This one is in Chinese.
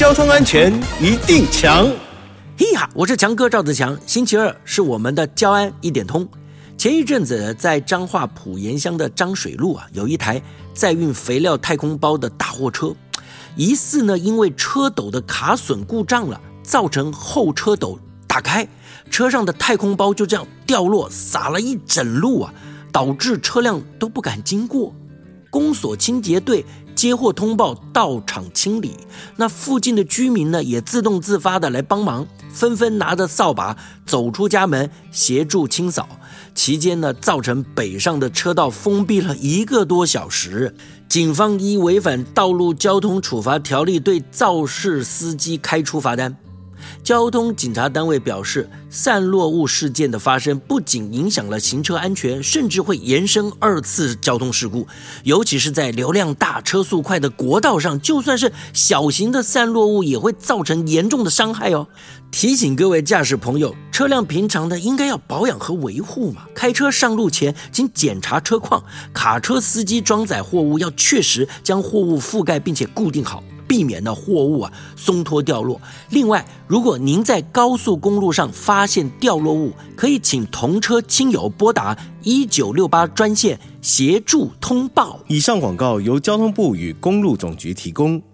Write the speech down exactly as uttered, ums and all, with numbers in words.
交通安全一定强。 嘿哈，我是强哥赵子强。星期二是我们的交安一点通。前一阵子在彰化埔盐乡的彰水路啊，有一台载运肥料太空包的大货车，疑似呢因为车斗的卡榫故障了，造成后车斗打开，车上的太空包就这样掉落，洒了一整路啊，导致车辆都不敢经过。公所清洁队接获通报到场清理，那附近的居民呢也自动自发的来帮忙，纷纷拿着扫把走出家门协助清扫。期间呢造成北上的车道封闭了一个多小时，警方依违反道路交通处罚条例对肇事司机开出罚单。交通警察单位表示，散落物事件的发生不仅影响了行车安全，甚至会延伸二次交通事故，尤其是在流量大、车速快的国道上，就算是小型的散落物也会造成严重的伤害哦。提醒各位驾驶朋友，车辆平常的应该要保养和维护嘛，开车上路前请检查车况，卡车司机装载货物要确实将货物覆盖并且固定好，避免呢货物啊松脱掉落。另外，如果您在高速公路上发现掉落物，可以请同车亲友拨打一九六八专线协助通报。 以上广告由交通部与公路总局提供。